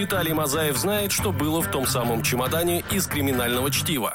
Виталий Мазаев знает, что было в том самом чемодане из «Криминального чтива».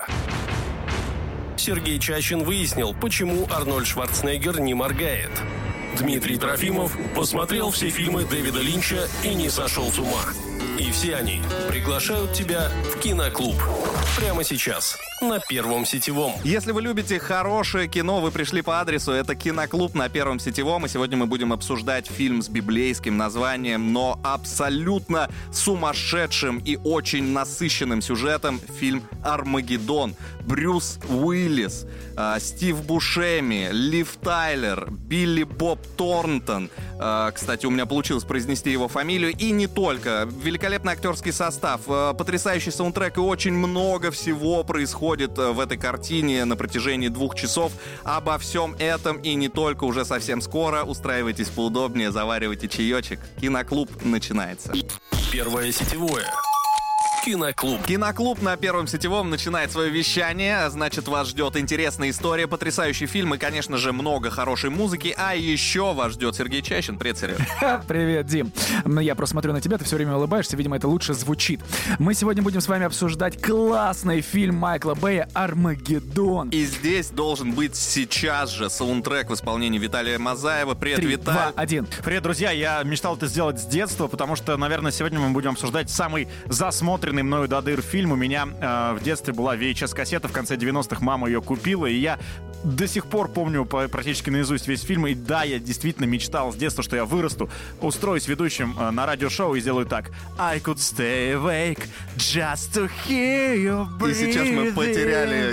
Сергей Чащин выяснил, почему Арнольд Шварценеггер не моргает. Дмитрий Трофимов посмотрел все фильмы Дэвида Линча и не сошел с ума. И все они приглашают тебя в киноклуб. Прямо сейчас, на Первом сетевом. Если вы любите хорошее кино, вы пришли по адресу. Это киноклуб на Первом сетевом. И сегодня мы будем обсуждать фильм с библейским названием, но абсолютно сумасшедшим и очень насыщенным сюжетом. Фильм «Армагеддон». Брюс Уиллис, Стив Бушеми, Лив Тайлер, Билли Боб Торнтон. Кстати, у меня получилось произнести его фамилию. И не только. Великолепный актерский состав, потрясающий саундтрек и очень много всего происходит в этой картине на протяжении 2 часов. Обо всем этом и не только уже совсем скоро. Устраивайтесь поудобнее, заваривайте чаечек. Киноклуб начинается. Первое сетевое. Киноклуб. Киноклуб на Первом сетевом начинает свое вещание. Значит, вас ждет интересная история, потрясающий фильм и, конечно же, много хорошей музыки. А еще вас ждет Сергей Чащин. Привет, Сереж. Привет, Дим. Я просто смотрю на тебя, ты все время улыбаешься. Видимо, это лучше звучит. Мы сегодня будем с вами обсуждать классный фильм Майкла Бэя «Армагеддон». И здесь должен быть сейчас же саундтрек в исполнении Виталия Мазаева. Привет, 3, Виталий. 2, 1. Привет, друзья. Я мечтал это сделать с детства, потому что, наверное, сегодня мы будем обсуждать самый засмотренный мною до дыр фильм. У меня в детстве была VHS-кассета, в конце 90-х мама ее купила, и я до сих пор помню практически наизусть весь фильм. И да, я действительно мечтал с детства, что я вырасту, устроюсь ведущим на радиошоу и сделаю так. I could stay awake just to hear you breathing. И сейчас мы потеряли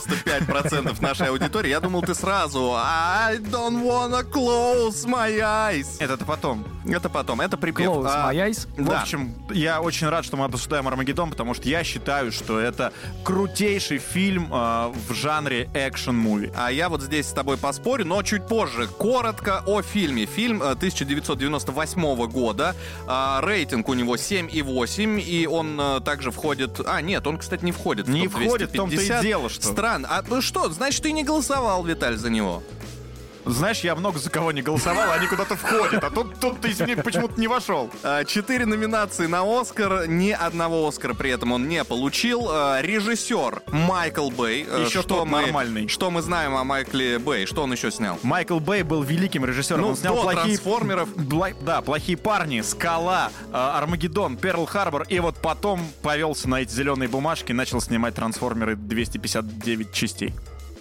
95% нашей аудитории. Я думал, ты сразу I don't wanna close my eyes. Это потом. Это потом, это припев. Close my eyes. В общем, я очень рад, что мы обсуждаем «Армагеддон», потому что я считаю, что это крутейший фильм в жанре экшн-муви. А я вот здесь с тобой поспорю, но чуть позже. Коротко о фильме. Фильм 1998 года. Рейтинг у него 7,8. И он также входит... нет, он, кстати, не входит в Не топ-250. входит, в том-то и дело, что... Странно. А что, значит, ты не голосовал, Виталь, за него? Знаешь, я много за кого не голосовал, они куда-то входят. А тут ты, извини, почему-то не вошел. 4 номинации на «Оскар». Ни одного «Оскара» при этом он не получил. Режиссер Майкл Бэй. Еще тот нормальный. Что мы знаем о Майкле Бэй? Что он еще снял? Майкл Бэй был великим режиссером. Он снял до «Трансформеров». Да, «Плохие парни», «Скала», «Армагеддон», «Перл-Харбор». И вот потом повелся на эти зеленые бумажки и начал снимать «Трансформеры» 259 частей.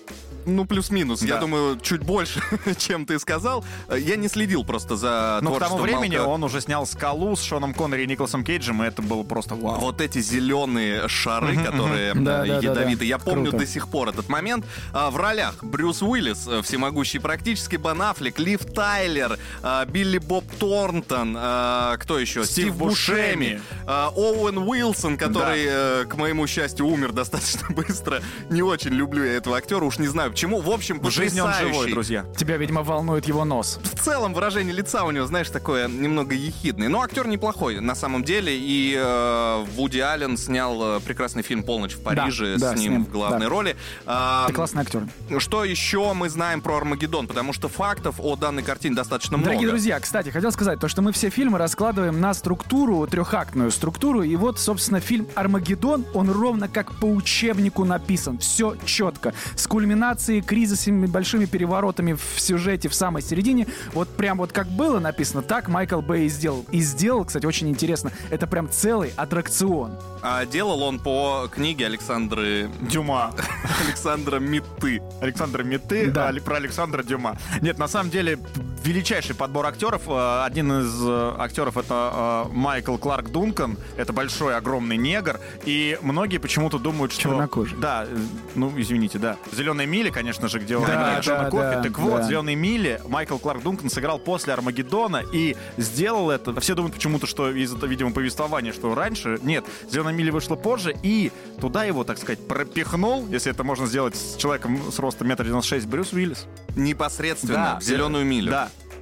Ну, плюс-минус. Да. Я думаю, чуть больше, чем ты сказал. Я не следил просто за Но к тому творчеством времени Малка. он уже снял «Скалу» с Шоном Коннери и Николасом Кейджем, и это было просто вау. Вот эти зеленые шары, которые ядовиты. Я помню до сих пор этот момент. В ролях Брюс Уиллис, всемогущий практически, Бен Аффлек, Лив Тайлер, Билли Боб Торнтон, кто еще? Стив Бушеми. Оуэн Уилсон, который, к моему счастью, умер достаточно быстро. Не очень люблю я этого актера, уж не знаю почему. В общем, В жизни он потрясающий. живой, друзья. Тебя, видимо, волнует его нос. В целом выражение лица у него, знаешь, такое немного ехидное. Но актер неплохой, на самом деле. И Вуди Аллен снял прекрасный фильм «Полночь в Париже» Да, с ним в главной роли. Ты классный актер. Что еще мы знаем про «Армагеддон»? Потому что фактов о данной картине достаточно много. Дорогие друзья, кстати, хотел сказать, то, что мы все фильмы раскладываем на структуру, трехактную структуру, и вот, собственно, фильм «Армагеддон», он ровно как по учебнику написан, все четко, с кульминацией, кризисами, большими переворотами в сюжете в самой середине, вот прям вот как было написано, так Майкл Бэй и сделал. И сделал, кстати, очень интересно, это прям целый аттракцион. А делал он по книге Александры Дюма. Александра Митты. Александра Митты, Да. про Александра Дюма. Нет, на самом деле, величайший подбор актеров. Один из актеров — это Майкл Кларк Дункан. Это большой, огромный негр. И многие почему-то думают, что... Чернокожий. Да, ну, извините, да. «Зеленая миля», конечно же, где он Да, играет Джона да, Кофи. да, Так вот, да. в «Зеленой миле» Майкл Кларк Дункан сыграл после «Армагеддона» и сделал это. Все думают почему-то, что из-за, видимо, повествования, что раньше. Нет, «Зеленая миля» вышла позже, и туда его, так сказать, пропихнул, если это можно сделать с человеком с ростом 1,96 м, Брюс Уиллис. Непосредственно в «Зеленую милю». Да.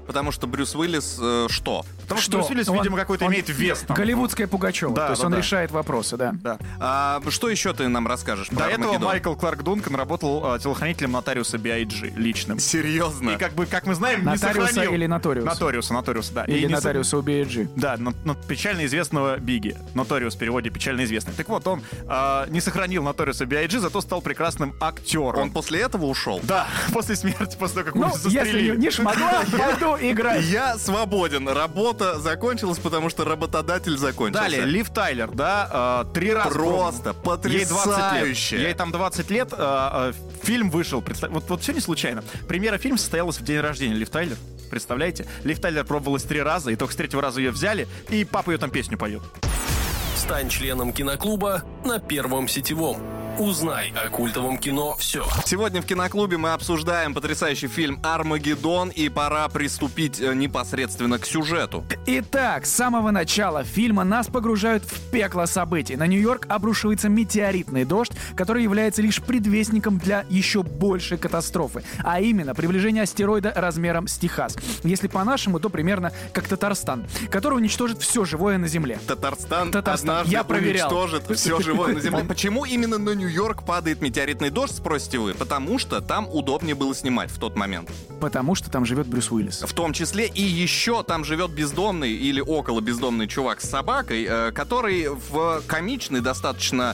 Потому что Брюс Уиллис что? Потому что Брюс Уиллис, видимо, какой-то имеет вес. Голливудская Пугачева. Да, то есть он решает вопросы, да. Что еще ты нам расскажешь про До этого Армагеддон? Майкл Кларк Дункан работал телохранителем нотариуса B.I.G. личным. Серьезно? И как мы знаем, нотариуса не сохранил... или нотариуса? Нотариуса, да. Или нотариуса у B.I.G. Да, но печально известного Бигги. Нотариус в переводе печально известный. Так вот, он не сохранил нотариуса B.I.G., зато стал прекрасным актером. Он после этого ушел? Да, после смерти, после того, как его застрелили. Если не шмогла, пойду играть. Я свободен. Работа закончилась, потому что работодатель закончился. Далее, Лив Тайлер, да, 3 раза. Просто потрясающе. Ей там 20 лет. Фильм вышел. Вот все не случайно. Премьера фильма состоялась в день рождения Лив Тайлер. Представляете? Лив Тайлер пробовалась 3 раза, и только с 3-го раза ее взяли, и папа ее там песню поет. Стань членом киноклуба на Первом сетевом. Узнай о культовом кино все. Сегодня в киноклубе мы обсуждаем потрясающий фильм «Армагеддон», и пора приступить непосредственно к сюжету. Итак, с самого начала фильма нас погружают в пекло событий. На Нью-Йорк обрушивается метеоритный дождь, который является лишь предвестником для еще большей катастрофы, а именно приближение астероида размером с Техас. Если по-нашему, то примерно как Татарстан, который уничтожит все живое на Земле. Татарстан однажды я проверял. уничтожит все живое на Земле. Почему именно на Нью-Йорк падает метеоритный дождь, спросите вы? Потому что там удобнее было снимать в тот момент. Потому что там живет Брюс Уиллис. В том числе и еще там живет бездомный или около бездомный чувак с собакой, который в комичной достаточно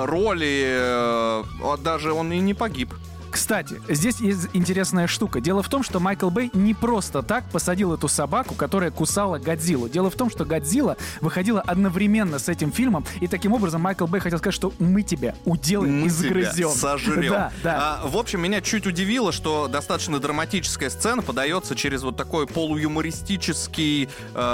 роли, даже он и не погиб. Кстати, здесь есть интересная штука. Дело в том, что Майкл Бэй не просто так посадил эту собаку, которая кусала Годзиллу. Дело в том, что Годзилла выходила одновременно с этим фильмом, и таким образом Майкл Бэй хотел сказать, что мы тебя уделаем и загрызем. Сожрем. Да. В общем, меня чуть удивило, что достаточно драматическая сцена подается через вот такой полуюмористический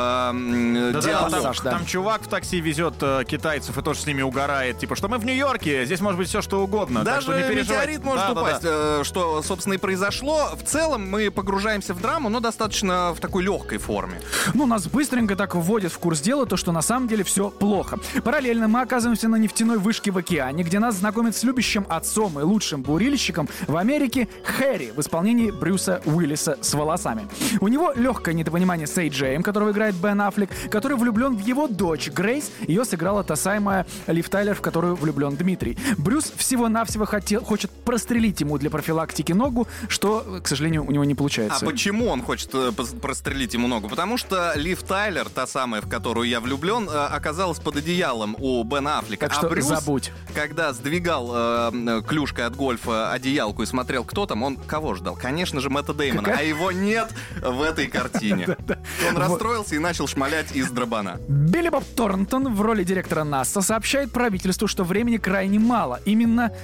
диалог. Там чувак в такси везет китайцев и тоже с ними угорает. Типа, что мы в Нью-Йорке, здесь может быть все, что угодно. Даже так что не метеорит может упасть. Что, собственно, и произошло. В целом мы погружаемся в драму, но достаточно в такой легкой форме. Ну, нас быстренько так вводят в курс дела, то, что на самом деле все плохо. Параллельно мы оказываемся на нефтяной вышке в океане, где нас знакомят с любящим отцом и лучшим бурильщиком в Америке Хэри в исполнении Брюса Уиллиса с волосами. У него легкое недопонимание с Эй-Джеем, которого играет Бен Аффлек, который влюблен в его дочь Грейс. Ее сыграла та самая Лив Тайлер, в которую влюблен Дмитрий. Брюс всего-навсего хочет прострелить ему для профилактики ногу, что, к сожалению, у него не получается. А почему он хочет прострелить ему ногу? Потому что Лив Тайлер, та самая, в которую я влюблен, оказалась под одеялом у Бена Аффлека. Так что Брюс, забудь. когда сдвигал клюшкой от гольфа одеялку и смотрел, кто там, он кого ждал? Конечно же, Мэтта Дэймона. А его нет в этой картине. Он расстроился и начал шмалять из дробана. Билли Боб Торнтон в роли директора НАСА сообщает правительству, что времени крайне мало. Именно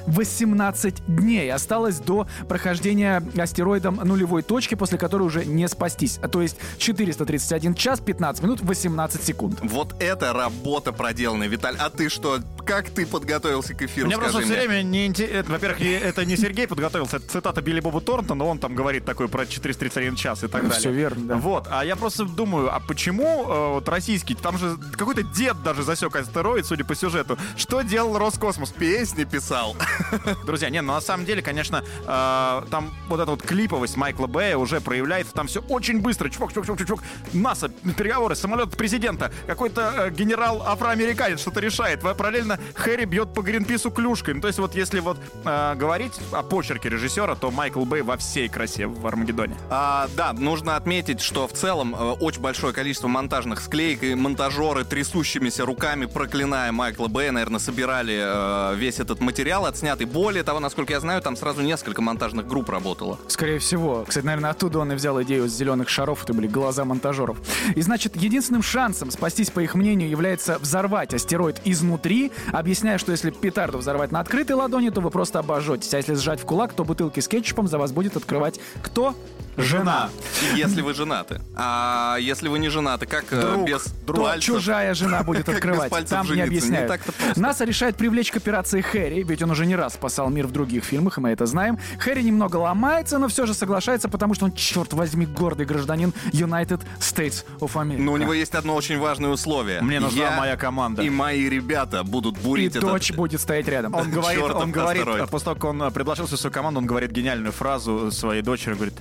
18 дней осталось до прохождения астероидом нулевой точки, после которой уже не спастись. То есть 431 час, 15 минут, 18 секунд. Вот это работа проделанная, Виталь. А ты что? Как ты подготовился к эфиру? Мне просто мне. все время не интересно. Во-первых, это не Сергей подготовился, это цитата Билли Боба Торнтона, он там говорит такой про 431 час и так далее. Все верно, да. Вот, а я просто думаю, а почему вот российский, там же какой-то дед даже засек астероид, судя по сюжету. Что делал Роскосмос? Песни писал. Друзья, ну на самом деле, конечно, там вот эта вот клиповость Майкла Бэя уже проявляется, там все очень быстро. Чувак, НАСА, переговоры, самолет президента, какой-то генерал афроамериканец что-то решает. Параллельно Хэри бьет по Гринпису клюшкой. Ну, то есть вот если вот говорить о почерке режиссера, то Майкл Бэй во всей красе в «Армагеддоне». Да, нужно отметить, что в целом очень большое количество монтажных склеек, и монтажеры трясущимися руками, проклиная Майкла Бэя, наверное, собирали весь этот материал отснятый. Более того, насколько я знаю, там сразу несколько монтажных групп работало. Скорее всего. Кстати, наверное, оттуда он и взял идею с зеленых шаров. Это были глаза монтажеров. И, значит, единственным шансом спастись, по их мнению, является взорвать астероид изнутри, объясняя, что если петарду взорвать на открытой ладони, то вы просто обожжетесь. А если сжать в кулак, то бутылки с кетчупом за вас будет открывать кто? Жена. Если вы женаты. А если вы не женаты, как без то пальцев? чужая жена будет открывать. Там не объясняют. НАСА решает привлечь к операции Хэри, ведь он уже не раз спасал мир в других фильмах, и мы это знаем. Хэри немного ломается, но все же соглашается, потому что он, черт возьми, гордый гражданин United States of America. Но у него есть одно очень важное условие. Мне нужна моя команда. И мои ребята будут бурить и дочь будет стоять рядом. Он говорит, после того, как он предложил свою команду, он говорит гениальную фразу своей дочери, говорит: и я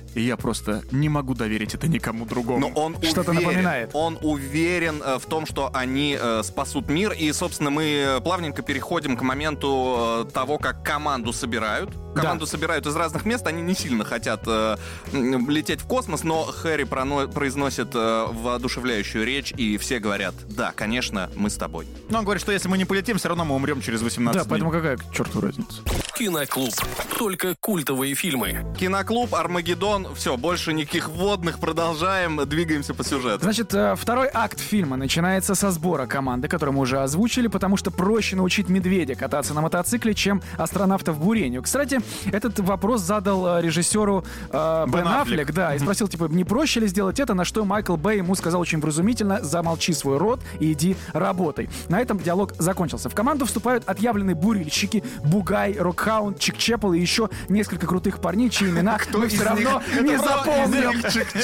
просто не могу доверить это никому другому. Но он Что-то уверен, напоминает. Он уверен в том, что они спасут мир. И, собственно, мы плавненько переходим к моменту того, как команду собирают. Команду собирают из разных мест. Они не сильно хотят лететь в космос, но Хэри произносит воодушевляющую речь, и все говорят: да, конечно, мы с тобой. Но он говорит, что если мы не полетим, все равно мы умрем через 18 Да, дней. поэтому какая к черту разница? Киноклуб. Только культовые фильмы. Киноклуб, Армагеддон. Все, больше никаких вводных. Продолжаем, двигаемся по сюжету. Значит, второй акт фильма начинается со сбора команды, которую мы уже озвучили, потому что проще научить медведя кататься на мотоцикле, чем астронавтов бурению. Кстати, этот вопрос задал режиссеру Бен Аффлек, да, и спросил, типа, не проще ли сделать это, на что Майкл Бэй ему сказал очень вразумительно: замолчи свой рот и иди работай. На этом диалог закончился. В команду вступают отъявленные бурильщики, Бугай, Рокхаунд, Чик Чепл и еще несколько крутых парней, чьи имена мы все равно не запомним.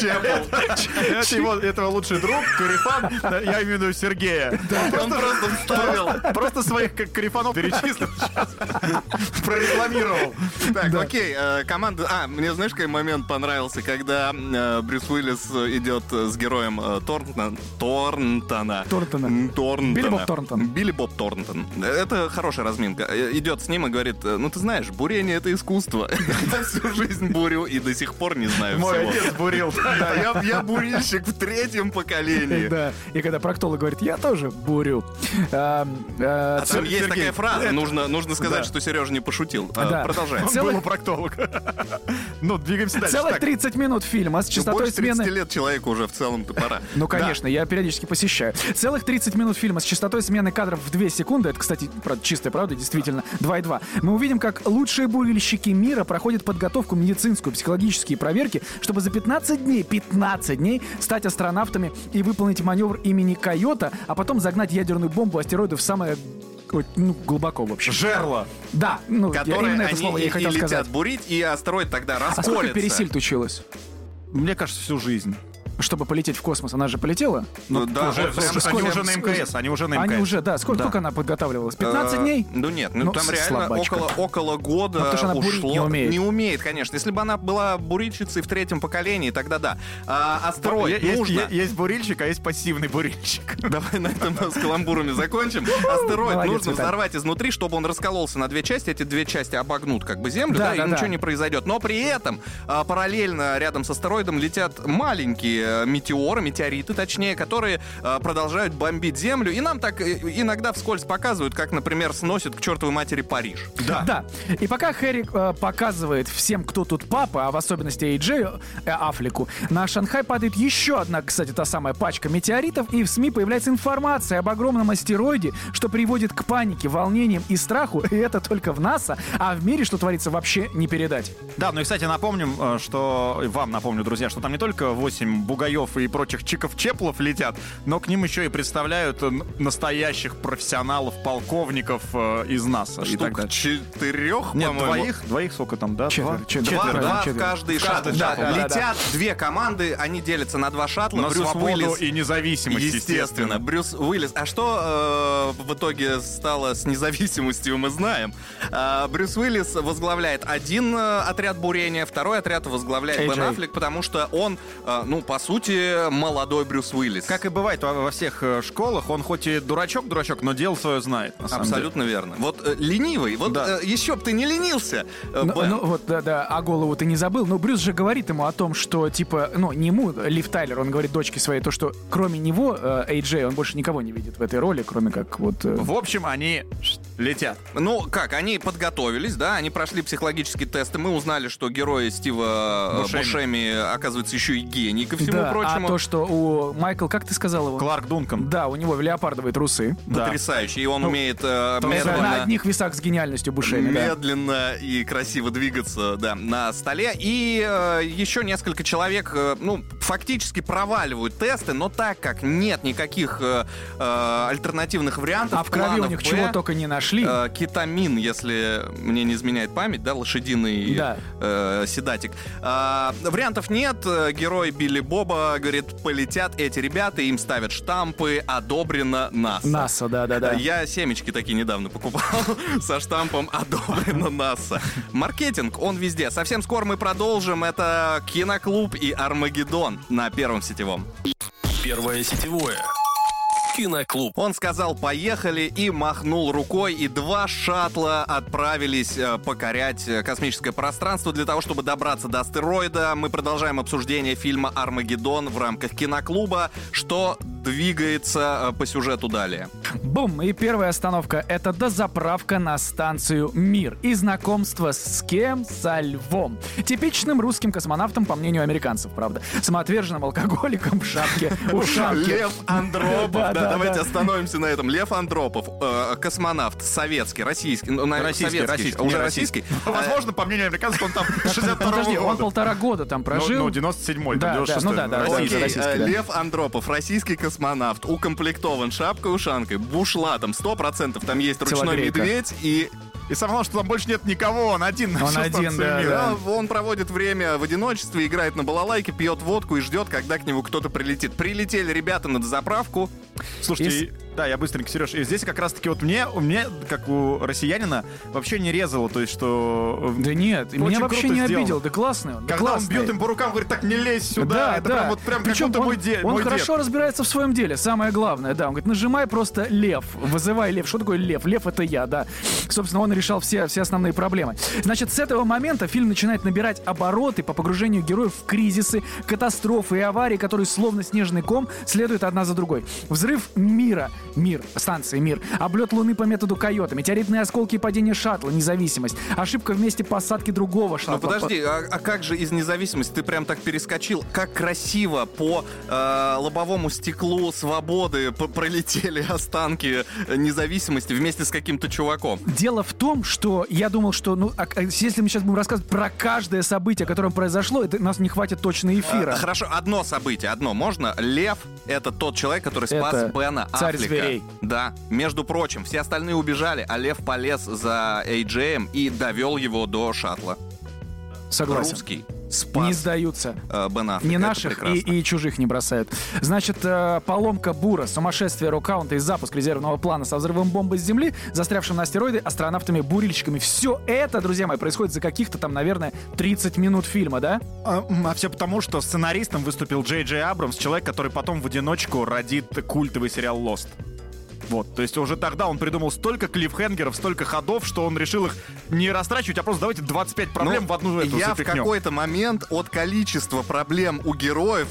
Этого лучший друг, корефан, я имею в виду Сергея. Он просто вставил. Просто своих корефанов перечислил сейчас. Прорекламировал. Так, окей, команда... мне знаешь, какой момент понравился, когда Брюс Уиллис идет с героем Торнтона. Билли Боб Торнтон. Билли Боб Торнтон. Это хорошая разминка. Идет с ним и говорит: ну ты знаешь, бурение — это искусство. Я всю жизнь бурю и до сих пор не знаю всего. Мой отец бурил. Да, я бурильщик в 3-м поколении. Да, и когда проктолог говорит: я тоже бурю. Там есть такая фраза, нужно сказать, Да. что Сережа не пошутил. Да. Продолжаем. Он был у проктолога. Ну, двигаемся дальше. Целых Так, 30 минут фильма с частотой Больше 30 смены... лет человеку уже в целом-то пора. Ну, конечно, я периодически посещаю. Целых 30 минут фильма с частотой смены кадров в 2 секунды. Это, кстати, чистая правда, действительно, 2,2. Мы увидим, как лучшие бурильщики мира проходят подготовку медицинскую, психологические проверки, чтобы за 15 дней стать астронавтами и выполнить маневр имени Койота, а потом загнать ядерную бомбу астероида в самое... глубоко, в общем. жерло. Да, Которые именно это они слово я и хотел летят сказать. бурить, и астероид тогда А сколько расколется. Пересильд училась, Мне кажется, всю жизнь. чтобы полететь в космос? Она же полетела? Ну, да, Уже, вот прям они сколько- уже на МКС, они уже на МКС. Они уже, да. Сколько она подготавливалась? 15 дней? Ну нет, Ну, там реально слабачка. около года Ну, потому что она бурить ушло. не умеет. Не умеет, конечно. Если бы она была бурильщицей в 3-м поколении, тогда да. Астероид нужно... Есть бурильщик, а есть пассивный бурильщик. Давай на этом с каламбурами закончим. Астероид Молодец, нужно Виталий. взорвать изнутри, чтобы он раскололся на 2 части. Эти 2 части обогнут как бы Землю, Да, и да, ничего да. не произойдет. Но при этом параллельно рядом с астероидом летят маленькие метеориты, точнее, которые продолжают бомбить Землю. И нам так иногда вскользь показывают, как, например, сносит к чертовой матери Париж. Да. И пока Хэри показывает всем, кто тут папа, а в особенности Эй-Джею Аффлеку, на Шанхай падает еще одна, кстати, та самая пачка метеоритов, и в СМИ появляется информация об огромном астероиде, что приводит к панике, волнениям и страху, и это только в НАСА, а в мире, что творится, вообще не передать. Да, ну и, кстати, напомним, что... Вам напомню, друзья, что там не только 8 бугаев и прочих чиков-чеплов летят, но к ним еще и представляют настоящих профессионалов, полковников из НАСА. И так Штук далее. 4, Нет, по-моему. двоих сколько там, да? Четверо. Два в Четверо. каждый В шаттл. каждый шаттл, да, да. Летят 2 команды, они делятся на 2 шаттла. На Брюс свободу Уиллис и независимость, Естественно, Брюс Уиллис. А что в итоге стало с независимостью, мы знаем. Брюс Уиллис возглавляет один отряд бурения, второй отряд возглавляет AJ. Бен Аффлек, потому что он, по сути, молодой Брюс Уиллис. Как и бывает во всех школах, он хоть и дурачок, но дело свое знает. На самом Абсолютно верно. Вот ленивый. Вот Да. еще бы ты не ленился, Бен. Ну вот, да, а голову ты не забыл. Но Брюс же говорит ему о том, что, типа, не ему, Лив Тайлер, он говорит дочке своей, то, что кроме него, Эй-Джей, он больше никого не видит в этой роли, кроме как вот... В общем, они летят. Ну, как, они подготовились, да, они прошли психологические тесты, мы узнали, что герой Стива Бушеми, оказывается, еще и гений, ко всему да, прочему. а то, что у Майкл, как ты сказал его? Кларк Дункан. Да, у него леопардовые трусы. Да. Потрясающий, и он умеет На медленно... одних весах с гениальностью Бушеми, да. медленно и красиво двигаться, да, на столе. И еще несколько человек, фактически проваливают тесты, но так как нет никаких альтернативных вариантов, А в крови у планов них Б, чего только не нашли. кетамин, если мне не изменяет память, да, лошадиный Да. седатик. Вариантов нет. Герой Билли Боб оба, говорит, полетят эти ребята, им ставят штампы «Одобрено НАСА». НАСА, да. Я семечки такие недавно покупал со штампом «Одобрено НАСА». Маркетинг, он везде. Совсем скоро мы продолжим. Это «Киноклуб» и «Армагеддон» на Первом сетевом. Первое сетевое. Киноклуб. Он сказал «поехали» и махнул рукой, и 2 шаттла отправились покорять космическое пространство для того, чтобы добраться до астероида. Мы продолжаем обсуждение фильма «Армагеддон» в рамках Киноклуба, что двигается по сюжету далее. Бум! И первая остановка — это дозаправка на станцию «Мир» и знакомство с кем? Со Львом. Типичным русским космонавтом, по мнению американцев, правда. Самоотверженным алкоголиком в шапке-ушанке. Лев Андропов. Давайте остановимся на этом. Лев Андропов, космонавт советский, российский. Уже российский. Возможно, по мнению американцев, он там 62-го Подожди, он года. 1,5 года там прожил. 97-й, Да, 96-й. российский. Лев Андропов, российский космонавт, укомплектован шапкой-ушанкой, бушлатом, 100%. Там есть ручной Телогрейка. медведь и... И самое главное, что там больше нет никого, он один на Он всю один, станцию да, мира. да. Он проводит время в одиночестве, играет на балалайке, пьет водку и ждет, когда к нему кто-то прилетит. Прилетели ребята на дозаправку. Слушайте, да, я быстренько, Сереж, и здесь как раз-таки вот мне, как у россиянина, вообще не резало, то есть, что... Да нет, Очень меня вообще круто не сделано. обидел. Да классный он. Когда он бьет им по рукам, говорит, так не лезь сюда, это прям Причем как будто он мой хорошо дед. разбирается в своем деле, самое главное, да. Он говорит, нажимай просто лев, вызывай лев. Что такое лев? Лев — это я, да. Собственно, он решал все основные проблемы. Значит, с этого момента фильм начинает набирать обороты по погружению героев в кризисы, катастрофы и аварии, которые словно снежный ком следуют одна за другой. Взрыв станции «Мир», облет Луны по методу Койота, метеоритные осколки и падение шаттла, независимость, ошибка в месте посадки другого шаттла. Ну подожди, а как же из независимости? Ты прям так перескочил. Как красиво по лобовому стеклу свободы пролетели останки независимости вместе с каким-то чуваком. Дело в том, что я думал, что если мы сейчас будем рассказывать про каждое событие, которое произошло, у нас не хватит точно эфира. Хорошо, одно событие, можно. Лев — это тот человек, который спас Это Бена царь Аффлека. зверей. Да, между прочим, все остальные убежали, а Лев полез за Эй-Джеем и довел его до шаттла. Согласен. Русский спас Не сдаются. Бен Аффлека. Ни Это наших прекрасно. и чужих не бросают. Значит, поломка бура, сумасшествие рокаунта и запуск резервного плана со взрывом бомбы с Земли, застрявшим на астероиде, астронавтами-бурильщиками. Все это, друзья мои, происходит за каких-то там, наверное, 30 минут фильма, да? А все потому, что сценаристом выступил Джей Джей Абрамс, человек, который потом в одиночку родит культовый сериал «Лост». Вот, то есть уже тогда он придумал столько клиффхенгеров, столько ходов, что он решил их не растрачивать, а просто давайте 25 проблем в одну эту Я в запихнем. какой-то момент от количества проблем у героев,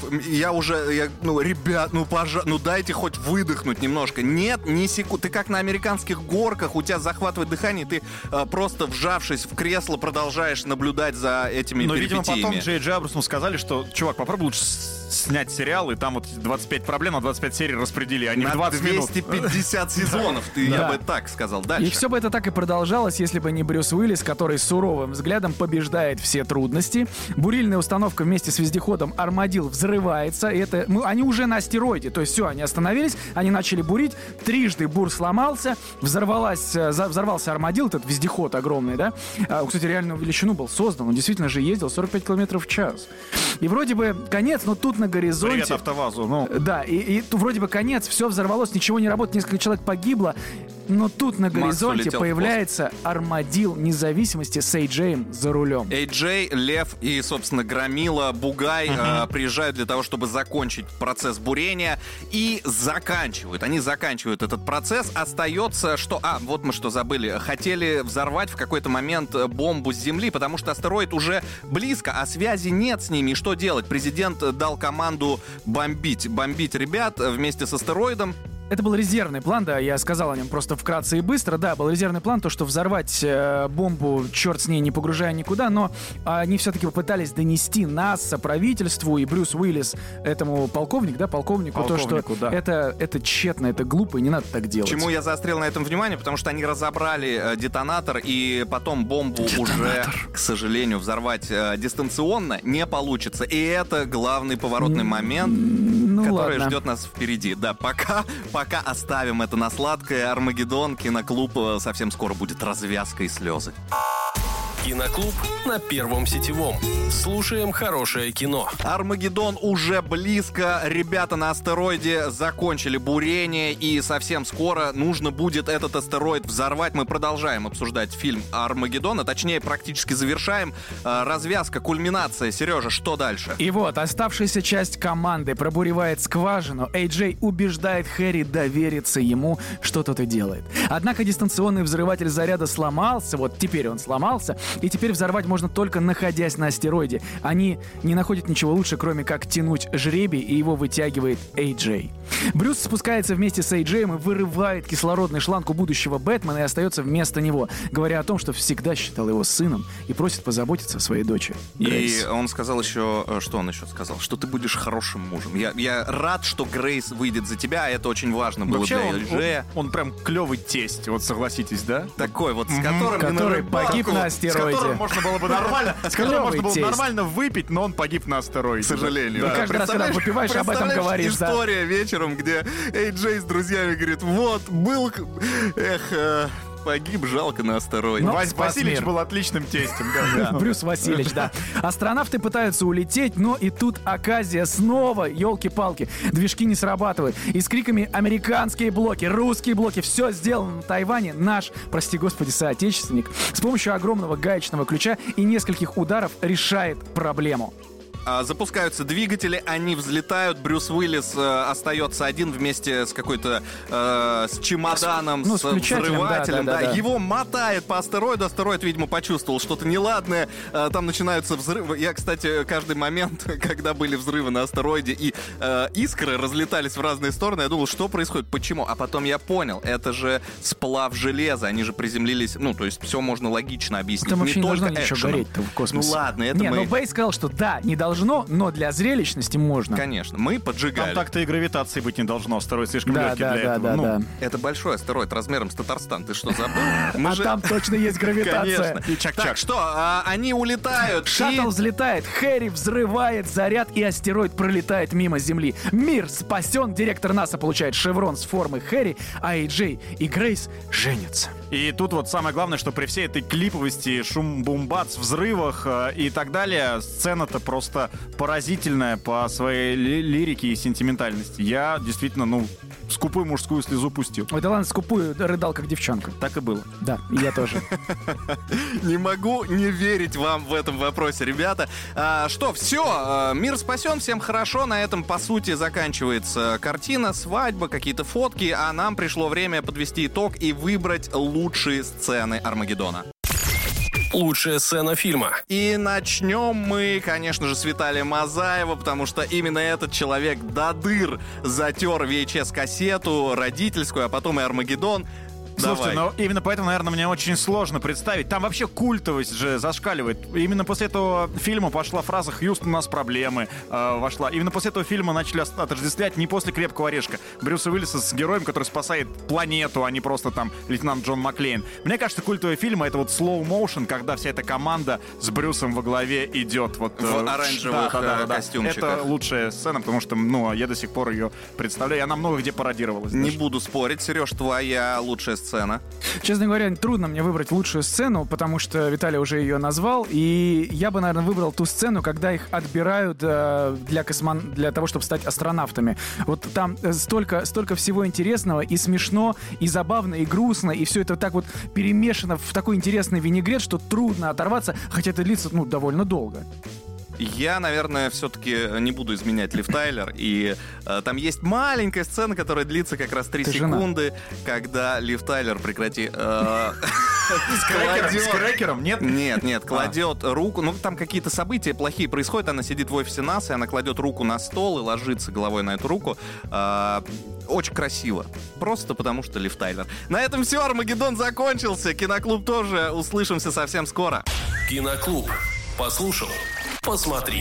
ребят, дайте хоть выдохнуть немножко. Нет, ни секунды. Ты как на американских горках, у тебя захватывает дыхание, ты просто вжавшись в кресло продолжаешь наблюдать за этими Но, видимо, перипетиями. потом Джей Джей Абрамсу сказали, что, чувак, попробуй лучше снять сериал, и там вот 25 проблем, а 25 серий распредели, а не в 20 минут. 250 сезонов, я бы так сказал. Дальше. И все бы это так и продолжалось, если бы не Брюс Уиллис, который суровым взглядом побеждает все трудности. Бурильная установка вместе с вездеходом «Армадил» взрывается. И они уже на астероиде, то есть все, они остановились, они начали бурить. Трижды бур сломался, взорвался «Армадил», этот вездеход огромный, да? Кстати, реальную величину был создан, он действительно же ездил 45 км в час. И вроде бы конец, но тут на горизонте... Привет АвтоВАЗу. Да, и вроде бы конец, все взорвалось, ничего не работает, несколько человек погибло, но тут на горизонте улетел в появляется «Армадил» независимости с Эй-Джеем за рулем. Эй-Джей, Лев и, собственно, Громила, Бугай приезжают для того, чтобы закончить процесс бурения и заканчивают. Они заканчивают этот процесс. Остается, что... вот мы что забыли. Хотели взорвать в какой-то момент бомбу с Земли, потому что астероид уже близко, а связи нет с ними. И что делать? Президент дал команду бомбить ребят вместе с астероидом. Это был резервный план, да, я сказал о нем просто вкратце и быстро. Да, был резервный план, то, что взорвать бомбу, черт с ней, не погружая никуда, но они все-таки попытались донести НАСА, правительству и Брюс Уиллис, этому полковнику, то, что да. это тщетно, это глупо, и не надо так делать. Почему я заострил на этом внимание? Потому что они разобрали детонатор, и потом бомбу уже, к сожалению, взорвать дистанционно не получится. И это главный поворотный момент, который ладно. ждет нас впереди. Да, пока оставим это на сладкое. Армагеддон, Киноклуб, совсем скоро будет развязка и слезы. Киноклуб на Первом сетевом. Слушаем хорошее кино. Армагеддон уже близко. Ребята на астероиде закончили бурение, и совсем скоро нужно будет этот астероид взорвать. Мы продолжаем обсуждать фильм «Армагеддон», а точнее практически завершаем. Развязка, кульминация. Сережа, что дальше? И вот, оставшаяся часть команды пробуревает скважину. Эй-Джей убеждает Хэри довериться ему, что тот и делает. Однако дистанционный взрыватель заряда сломался, вот теперь он сломался, и теперь взорвать можно только находясь на астероиде. Они не находят ничего лучше, кроме как тянуть жребий, и его вытягивает Эй-Джей. Брюс спускается вместе с Эй-Джеем и вырывает кислородный шланг у будущего Бэтмена и остается вместо него, говоря о том, что всегда считал его сыном и просит позаботиться о своей дочери. Грейс. И он сказал еще, что он еще сказал? Что ты будешь хорошим мужем. Я рад, что Грейс выйдет за тебя, это очень важно было Вообще, для Эй-Джея. он прям клевый тесть, вот согласитесь, да? Такой вот, с которым... Который погиб на астероиде. С которым можно было бы нормально, Клевый нормально выпить, но он погиб на астероиде. К сожалению. Да. Каждый раз, когда выпиваешь, об этом говоришь, да. История вечером, где Эй-Джей с друзьями говорит, вот, был... Погиб, жалко на астероиде. Но Василич был отличным тестем. Да. Брюс Васильевич, да. Астронавты пытаются улететь, но и тут оказия снова, елки-палки. Движки не срабатывают. И с криками «американские блоки», «русские блоки», все сделано на Тайване. Наш, прости господи, соотечественник с помощью огромного гаечного ключа и нескольких ударов решает проблему. Запускаются двигатели, они взлетают, Брюс Уиллис остается один вместе с какой-то с чемоданом, с с взрывателем. да. Его мотает по астероиду, астероид, видимо, почувствовал что-то неладное, там начинаются взрывы. Я, кстати, каждый момент, когда были взрывы на астероиде и искры разлетались в разные стороны, я думал, что происходит, почему? А потом я понял, это же сплав железа, они же приземлились, то есть все можно логично объяснить. Там вообще не должно экшеном. ничего гореть-то в космосе. Ну ладно, это мы... Бэй сказал, что да, не должно, но для зрелищности можно. Конечно, мы поджигали. Там так-то и гравитации быть не должно, астероид слишком легкий для этого. Да. Это большой астероид размером с Татарстан, ты что, забыл? Там точно есть гравитация. Конечно. И чак-чак. Так что, они улетают. Шаттл взлетает, Хэри взрывает заряд, и астероид пролетает мимо Земли. Мир спасен, директор НАСА получает шеврон с формы Хэри, а Эй-Джей и Грейс женятся. И тут вот самое главное, что при всей этой клиповости, шум-бум-бац, взрывах и так далее, сцена-то просто поразительная по своей лирике и сентиментальности. Я действительно, скупую мужскую слезу пустил. Ой, да ладно, скупую рыдал, как девчонка. Так и было. Да, и я тоже. Не могу не верить вам в этом вопросе, ребята. Что, все, мир спасен, всем хорошо. На этом, по сути, заканчивается картина, свадьба, какие-то фотки, а нам пришло время подвести итог и выбрать лучшие сцены Армагеддона. Лучшая сцена фильма. И начнем мы, конечно же, с Виталия Мазаева, потому что именно этот человек до дыр затер VHS-кассету родительскую, а потом и Армагеддон. Слушайте, Давай. именно поэтому, наверное, мне очень сложно представить. Там вообще культовость же зашкаливает. Именно после этого фильма пошла фраза «Хьюстон, у нас проблемы» вошла. Именно после этого фильма начали отождествлять не после «Крепкого орешка» Брюса Уиллиса с героем, который спасает планету, а не просто там лейтенант Джон Маклейн. Мне кажется, культовый фильм — это вот slow motion, когда вся эта команда с Брюсом во главе идет вот в оранжевых костюмчиках. Это лучшая сцена, потому что, я до сих пор ее представляю. Она много где пародировалась. Не даже. буду спорить, Сереж, твоя лучшая сцена. Честно говоря, трудно мне выбрать лучшую сцену, потому что Виталий уже ее назвал, и я бы, наверное, выбрал ту сцену, когда их отбирают для того, чтобы стать астронавтами. Вот там столько всего интересного, и смешно, и забавно, и грустно, и все это так вот перемешано в такой интересный винегрет, что трудно оторваться, хотя это длится, довольно долго. Я, наверное, все-таки не буду изменять Лив Тайлер. И там есть маленькая сцена, которая длится как раз 3 секунды, когда Лив Тайлер, прекрати... С крекером? Нет? Нет, кладет руку. Там какие-то события плохие происходят. Она сидит в офисе НАСА, и она кладет руку на стол и ложится головой на эту руку. Очень красиво. Просто потому, что Лив Тайлер. На этом все, Армагеддон закончился. Киноклуб тоже. Услышимся совсем скоро. Киноклуб. Послушал, посмотри.